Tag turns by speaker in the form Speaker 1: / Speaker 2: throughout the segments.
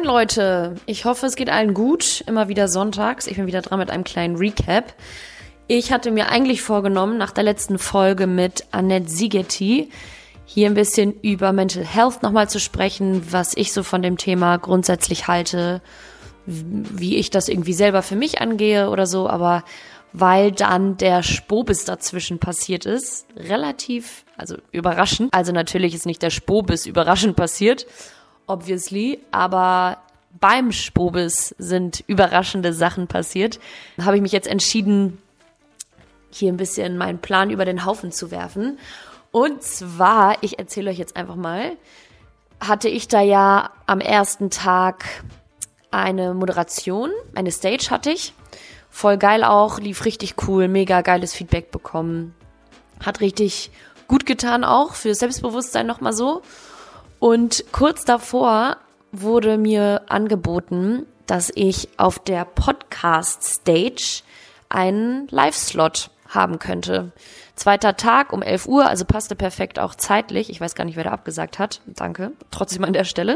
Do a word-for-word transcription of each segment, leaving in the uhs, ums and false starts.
Speaker 1: Moin Leute, ich hoffe, es geht allen gut. Immer wieder sonntags. Ich bin wieder dran mit einem kleinen Recap. Ich hatte mir eigentlich vorgenommen, nach der letzten Folge mit Annette Sigeti hier ein bisschen über Mental Health nochmal zu sprechen, was ich so von dem Thema grundsätzlich halte, wie ich das irgendwie selber für mich angehe oder so, aber weil dann der Spobis dazwischen passiert ist, relativ, also überraschend. Also natürlich ist nicht der Spobis überraschend passiert, obviously, aber beim Spobis sind überraschende Sachen passiert. Da habe ich mich jetzt entschieden, hier ein bisschen meinen Plan über den Haufen zu werfen. Und zwar, ich erzähle euch jetzt einfach mal, hatte ich da ja am ersten Tag eine Moderation, eine Stage hatte ich. Voll geil auch, lief richtig cool, mega geiles Feedback bekommen. Hat richtig gut getan auch, für Selbstbewusstsein nochmal so. Und kurz davor wurde mir angeboten, dass ich auf der Podcast-Stage einen Live-Slot haben könnte. Zweiter Tag um elf Uhr, also passte perfekt auch zeitlich. Ich weiß gar nicht, wer da abgesagt hat. Danke, trotzdem an der Stelle.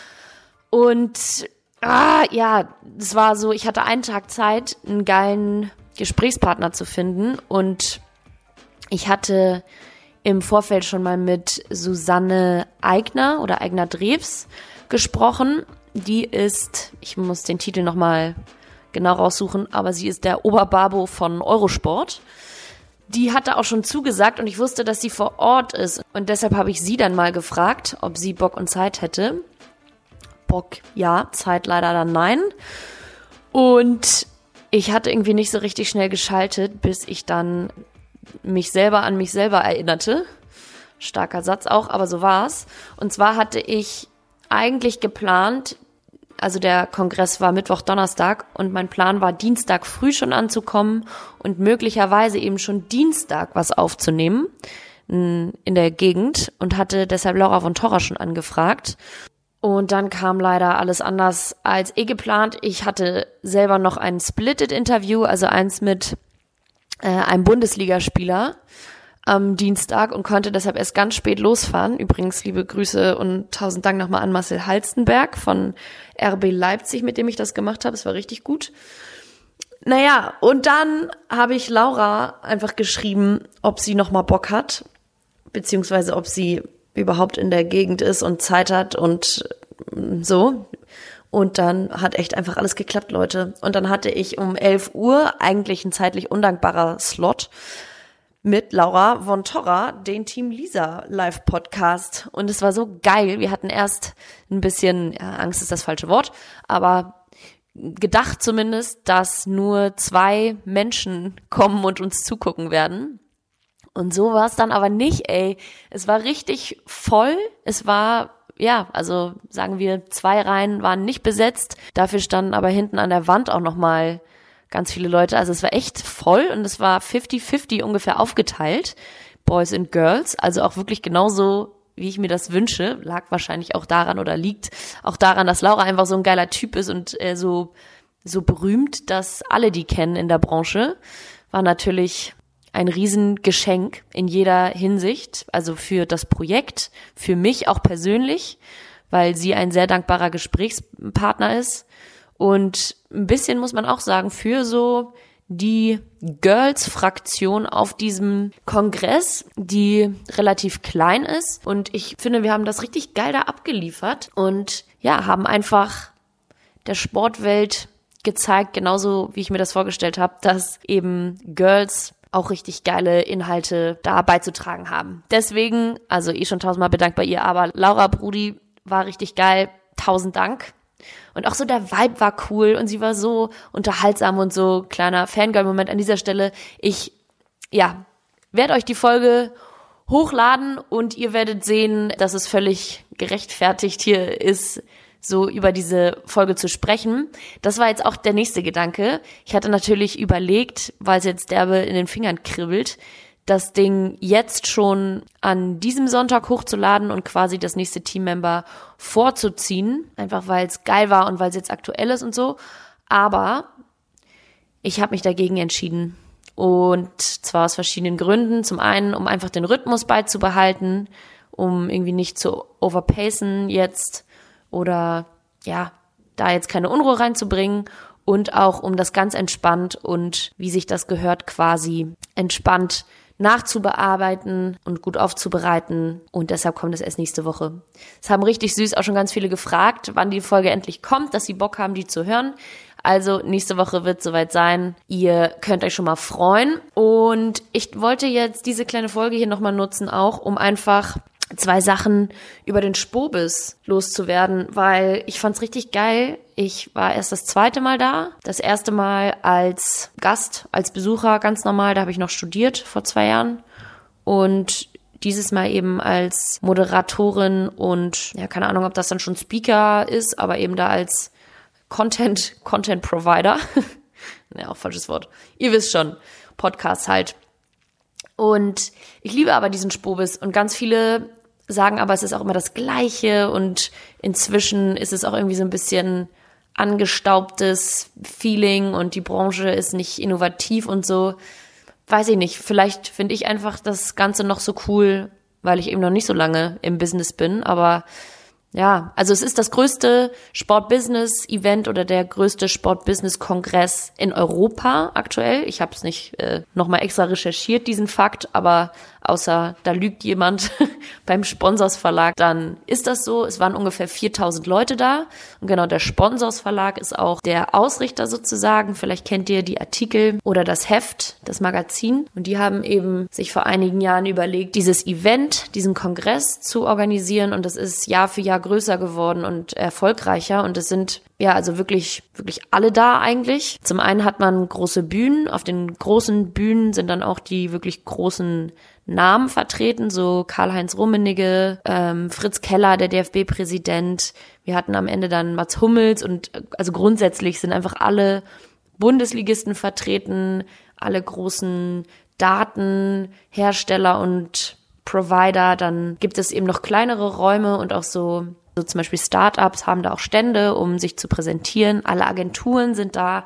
Speaker 1: Und ah, ja, es war so, ich hatte einen Tag Zeit, einen geilen Gesprächspartner zu finden. Und ich hatte im Vorfeld schon mal mit Susanne Eigner oder Eigner Drews gesprochen. Die ist, ich muss den Titel nochmal genau raussuchen, aber sie ist der Oberbabo von Eurosport. Die hatte auch schon zugesagt und ich wusste, dass sie vor Ort ist. Und deshalb habe ich sie dann mal gefragt, ob sie Bock und Zeit hätte. Bock, ja, Zeit leider dann nein. Und ich hatte irgendwie nicht so richtig schnell geschaltet, bis ich dann mich selber an mich selber erinnerte. Starker Satz auch, aber so war's. Und zwar hatte ich eigentlich geplant, also der Kongress war Mittwoch, Donnerstag und mein Plan war, Dienstag früh schon anzukommen und möglicherweise eben schon Dienstag was aufzunehmen in der Gegend und hatte deshalb Laura von Torra schon angefragt. Und dann kam leider alles anders als eh geplant. Ich hatte selber noch ein Splitted-Interview, also eins mit äh, einem Bundesligaspieler am Dienstag und konnte deshalb erst ganz spät losfahren. Übrigens liebe Grüße und tausend Dank nochmal an Marcel Halstenberg von R B Leipzig, mit dem ich das gemacht habe. Es war richtig gut. Naja, und dann habe ich Laura einfach geschrieben, ob sie nochmal Bock hat, beziehungsweise ob sie überhaupt in der Gegend ist und Zeit hat und so. Und dann hat echt einfach alles geklappt, Leute. Und dann hatte ich um elf Uhr eigentlich ein zeitlich undankbarer Slot mit Laura von Torra, den Team Lisa Live-Podcast. Und es war so geil. Wir hatten erst ein bisschen, ja, Angst ist das falsche Wort, aber gedacht zumindest, dass nur zwei Menschen kommen und uns zugucken werden. Und so war es dann aber nicht, ey. Es war richtig voll. Es war, ja, also sagen wir, zwei Reihen waren nicht besetzt. Dafür standen aber hinten an der Wand auch nochmal ganz viele Leute. Also es war echt voll und es war fifty fifty ungefähr aufgeteilt. Boys and Girls. Also auch wirklich genauso, wie ich mir das wünsche. Lag wahrscheinlich auch daran oder liegt auch daran, dass Laura einfach so ein geiler Typ ist und äh, so, so berühmt, dass alle die kennen in der Branche. War natürlich ein Riesengeschenk in jeder Hinsicht, also für das Projekt, für mich auch persönlich, weil sie ein sehr dankbarer Gesprächspartner ist und ein bisschen muss man auch sagen, für so die Girls-Fraktion auf diesem Kongress, die relativ klein ist und ich finde, wir haben das richtig geil da abgeliefert und ja, haben einfach der Sportwelt gezeigt, genauso wie ich mir das vorgestellt habe, dass eben Girls auch richtig geile Inhalte da beizutragen haben. Deswegen, also eh schon tausendmal bedankt bei ihr, aber Laura Brudi war richtig geil. Tausend Dank. Und auch so der Vibe war cool und sie war so unterhaltsam und so. Kleiner Fangirl-Moment an dieser Stelle. Ich, ja, werde euch die Folge hochladen und ihr werdet sehen, dass es völlig gerechtfertigt hier ist, so über diese Folge zu sprechen. Das war jetzt auch der nächste Gedanke. Ich hatte natürlich überlegt, weil es jetzt derbe in den Fingern kribbelt, das Ding jetzt schon an diesem Sonntag hochzuladen und quasi das nächste Teammember vorzuziehen. Einfach weil es geil war und weil es jetzt aktuell ist und so. Aber ich habe mich dagegen entschieden. Und zwar aus verschiedenen Gründen. Zum einen, um einfach den Rhythmus beizubehalten, um irgendwie nicht zu overpacen jetzt oder ja, da jetzt keine Unruhe reinzubringen und auch um das ganz entspannt und wie sich das gehört quasi entspannt nachzubearbeiten und gut aufzubereiten. Und deshalb kommt es erst nächste Woche. Es haben richtig süß auch schon ganz viele gefragt, wann die Folge endlich kommt, dass sie Bock haben, die zu hören. Also nächste Woche wird soweit sein. Ihr könnt euch schon mal freuen. Und ich wollte jetzt diese kleine Folge hier nochmal nutzen, auch um einfach zwei Sachen über den Spobis loszuwerden, weil ich fand's richtig geil. Ich war erst das zweite Mal da. Das erste Mal als Gast, als Besucher, ganz normal. Da habe ich noch studiert vor zwei Jahren. Und dieses Mal eben als Moderatorin und, ja, keine Ahnung, ob das dann schon Speaker ist, aber eben da als Content, Content Provider. Ja, auch falsches Wort. Ihr wisst schon. Podcast halt. Und ich liebe aber diesen Spobis und ganz viele sagen aber, es ist auch immer das Gleiche und inzwischen ist es auch irgendwie so ein bisschen angestaubtes Feeling und die Branche ist nicht innovativ und so. Weiß ich nicht, vielleicht finde ich einfach das Ganze noch so cool, weil ich eben noch nicht so lange im Business bin, aber ja, also es ist das größte Sport-Business-Event oder der größte Sport-Business-Kongress in Europa aktuell. Ich habe es nicht äh, nochmal extra recherchiert, diesen Fakt, aber außer da lügt jemand beim Sponsors Verlag, dann ist das so. Es waren ungefähr viertausend Leute da und genau, der Sponsors Verlag ist auch der Ausrichter sozusagen. Vielleicht kennt ihr die Artikel oder das Heft, das Magazin und die haben eben sich vor einigen Jahren überlegt, dieses Event, diesen Kongress zu organisieren und das ist Jahr für Jahr größer geworden und erfolgreicher und es sind ja also wirklich wirklich alle da eigentlich. Zum einen hat man große Bühnen, auf den großen Bühnen sind dann auch die wirklich großen Namen vertreten, so Karl-Heinz Rummenigge, ähm, Fritz Keller, der D F B-Präsident. Wir hatten am Ende dann Mats Hummels und also grundsätzlich sind einfach alle Bundesligisten vertreten, alle großen Datenhersteller und Provider. Dann gibt es eben noch kleinere Räume und auch so, so zum Beispiel Startups haben da auch Stände, um sich zu präsentieren. Alle Agenturen sind da.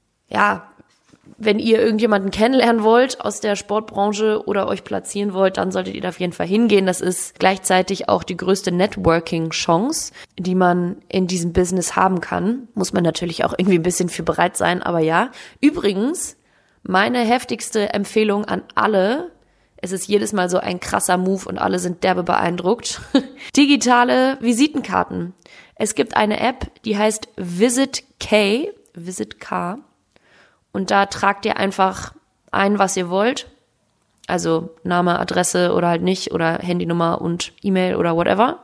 Speaker 1: Ja, wenn ihr irgendjemanden kennenlernen wollt aus der Sportbranche oder euch platzieren wollt, dann solltet ihr da auf jeden Fall hingehen. Das ist gleichzeitig auch die größte Networking-Chance, die man in diesem Business haben kann. Muss man natürlich auch irgendwie ein bisschen für bereit sein, aber ja. Übrigens, meine heftigste Empfehlung an alle, es ist jedes Mal so ein krasser Move und alle sind derbe beeindruckt. Digitale Visitenkarten. Es gibt eine App, die heißt Visit K, Visit K. Und da tragt ihr einfach ein, was ihr wollt. Also Name, Adresse oder halt nicht oder Handynummer und E-Mail oder whatever.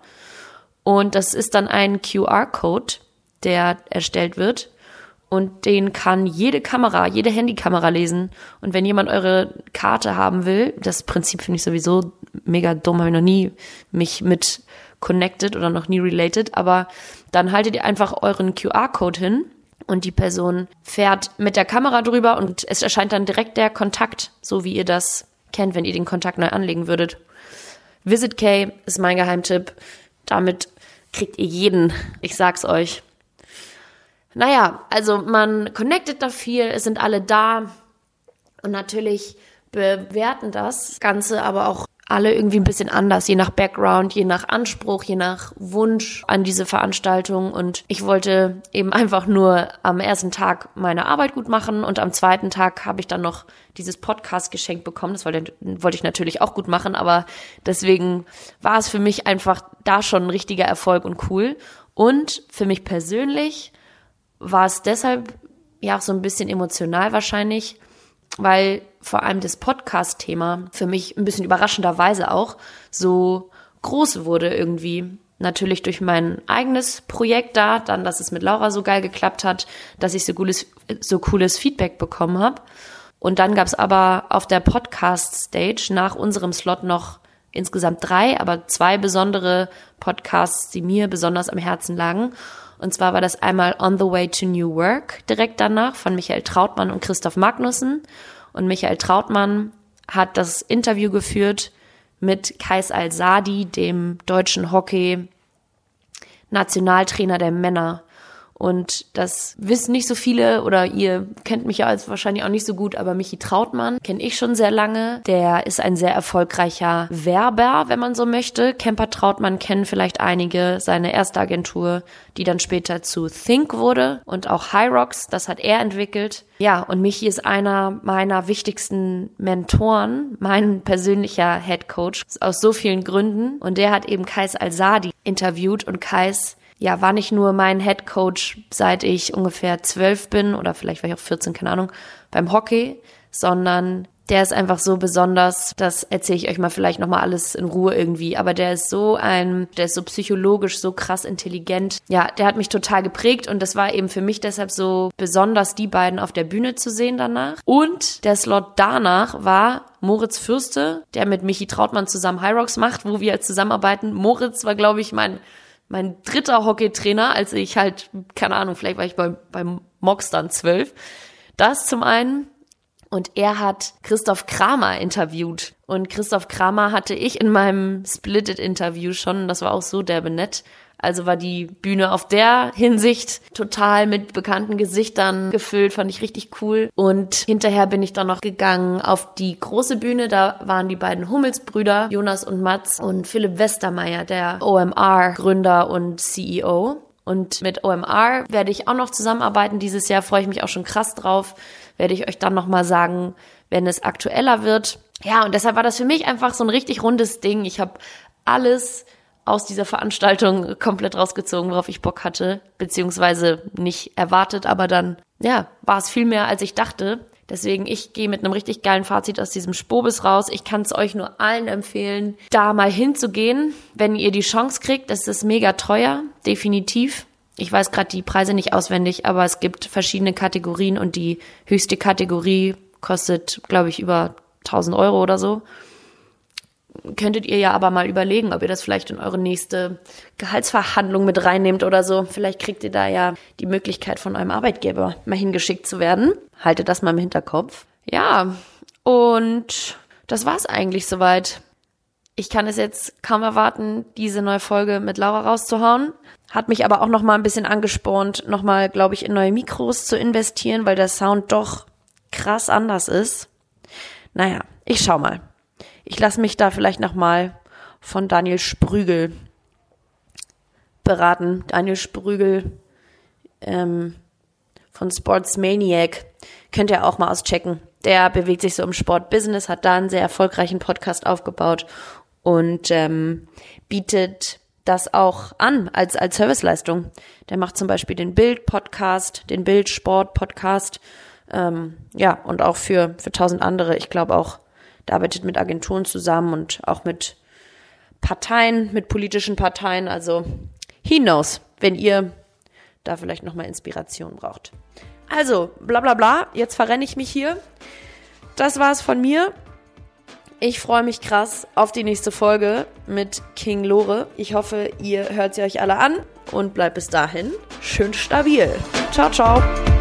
Speaker 1: Und das ist dann ein Q R-Code, der erstellt wird. Und den kann jede Kamera, jede Handykamera lesen. Und wenn jemand eure Karte haben will, das Prinzip finde ich sowieso mega dumm, habe ich noch nie mich mit connected oder noch nie related. Aber dann haltet ihr einfach euren Q R-Code hin. Und die Person fährt mit der Kamera drüber und es erscheint dann direkt der Kontakt, so wie ihr das kennt, wenn ihr den Kontakt neu anlegen würdet. Visit K ist mein Geheimtipp. Damit kriegt ihr jeden. Ich sag's euch. Naja, also man connectet da viel, es sind alle da und natürlich bewerten das Ganze aber auch alle irgendwie ein bisschen anders, je nach Background, je nach Anspruch, je nach Wunsch an diese Veranstaltung. Und ich wollte eben einfach nur am ersten Tag meine Arbeit gut machen und am zweiten Tag habe ich dann noch dieses Podcast geschenkt bekommen. Das wollte, wollte ich natürlich auch gut machen, aber deswegen war es für mich einfach da schon ein richtiger Erfolg und cool. Und für mich persönlich war es deshalb ja auch so ein bisschen emotional wahrscheinlich, weil vor allem das Podcast-Thema für mich ein bisschen überraschenderweise auch so groß wurde irgendwie. Natürlich durch mein eigenes Projekt da, dann, dass es mit Laura so geil geklappt hat, dass ich so cooles, so cooles Feedback bekommen habe. Und dann gab es aber auf der Podcast-Stage nach unserem Slot noch insgesamt drei, aber zwei besondere Podcasts, die mir besonders am Herzen lagen. Und zwar war das einmal On the Way to New Work direkt danach von Michael Trautmann und Christoph Magnussen. Und Michael Trautmann hat das Interview geführt mit Kais Al-Sadi, dem deutschen Hockey-Nationaltrainer der Männer. Und das wissen nicht so viele oder ihr kennt mich ja als wahrscheinlich auch nicht so gut, aber Michi Trautmann kenne ich schon sehr lange. Der ist ein sehr erfolgreicher Werber, wenn man so möchte. Kemper Trautmann kennen vielleicht einige, seine erste Agentur, die dann später zu Think wurde und auch Hyrox, das hat er entwickelt. Ja, und Michi ist einer meiner wichtigsten Mentoren, mein persönlicher Headcoach aus so vielen Gründen. Und der hat eben Kais Al-Sadi interviewt und Kais ja, war nicht nur mein Headcoach, seit ich ungefähr zwölf bin oder vielleicht war ich auch vierzehn, keine Ahnung, beim Hockey, sondern der ist einfach so besonders, das erzähle ich euch mal vielleicht nochmal alles in Ruhe irgendwie, aber der ist so ein, der ist so psychologisch, so krass intelligent. Ja, der hat mich total geprägt und das war eben für mich deshalb so besonders, die beiden auf der Bühne zu sehen danach. Und der Slot danach war Moritz Fürste, der mit Michi Trautmann zusammen Hyrox macht, wo wir zusammenarbeiten. Moritz war, glaube ich, mein Mein dritter Hockeytrainer, als ich halt, keine Ahnung, vielleicht war ich bei, beim Mox dann zwölf. Das zum einen. Und er hat Christoph Kramer interviewt. Und Christoph Kramer hatte ich in meinem Split-It-Interview schon. Das war auch so derbe nett. Also war die Bühne auf der Hinsicht total mit bekannten Gesichtern gefüllt, fand ich richtig cool. Und hinterher bin ich dann noch gegangen auf die große Bühne, da waren die beiden Hummels-Brüder, Jonas und Mats und Philipp Westermeier, der O M R-Gründer und C E O. Und mit O M R werde ich auch noch zusammenarbeiten dieses Jahr, freue ich mich auch schon krass drauf, werde ich euch dann nochmal sagen, wenn es aktueller wird. Ja, und deshalb war das für mich einfach so ein richtig rundes Ding. Ich habe alles aus dieser Veranstaltung komplett rausgezogen, worauf ich Bock hatte, beziehungsweise nicht erwartet, aber dann, ja, war es viel mehr, als ich dachte. Deswegen, ich gehe mit einem richtig geilen Fazit aus diesem Spobis raus. Ich kann es euch nur allen empfehlen, da mal hinzugehen, wenn ihr die Chance kriegt. Das ist mega teuer, definitiv. Ich weiß gerade die Preise nicht auswendig, aber es gibt verschiedene Kategorien und die höchste Kategorie kostet, glaube ich, über tausend Euro oder so. Könntet ihr ja aber mal überlegen, ob ihr das vielleicht in eure nächste Gehaltsverhandlung mit reinnehmt oder so. Vielleicht kriegt ihr da ja die Möglichkeit, von eurem Arbeitgeber mal hingeschickt zu werden. Haltet das mal im Hinterkopf. Ja, und das war's eigentlich soweit. Ich kann es jetzt kaum erwarten, diese neue Folge mit Laura rauszuhauen. Hat mich aber auch noch mal ein bisschen angespornt, noch mal, glaube ich, in neue Mikros zu investieren, weil der Sound doch krass anders ist. Naja, ich schau mal. Ich lasse mich da vielleicht nochmal von Daniel Sprügel beraten. Daniel Sprügel ähm, von Sportsmaniac. Könnt ihr auch mal auschecken. Der bewegt sich so im Sportbusiness, hat da einen sehr erfolgreichen Podcast aufgebaut und ähm, bietet das auch an als als Serviceleistung. Der macht zum Beispiel den Bild-Podcast, den Bild-Sport-Podcast, ähm, ja, und auch für für tausend andere. Ich glaube auch, der arbeitet mit Agenturen zusammen und auch mit Parteien, mit politischen Parteien. Also, he knows, wenn ihr da vielleicht nochmal Inspiration braucht. Also, bla bla bla, jetzt verrenne ich mich hier. Das war's von mir. Ich freue mich krass auf die nächste Folge mit King Lore. Ich hoffe, ihr hört sie euch alle an und bleibt bis dahin schön stabil. Ciao, ciao.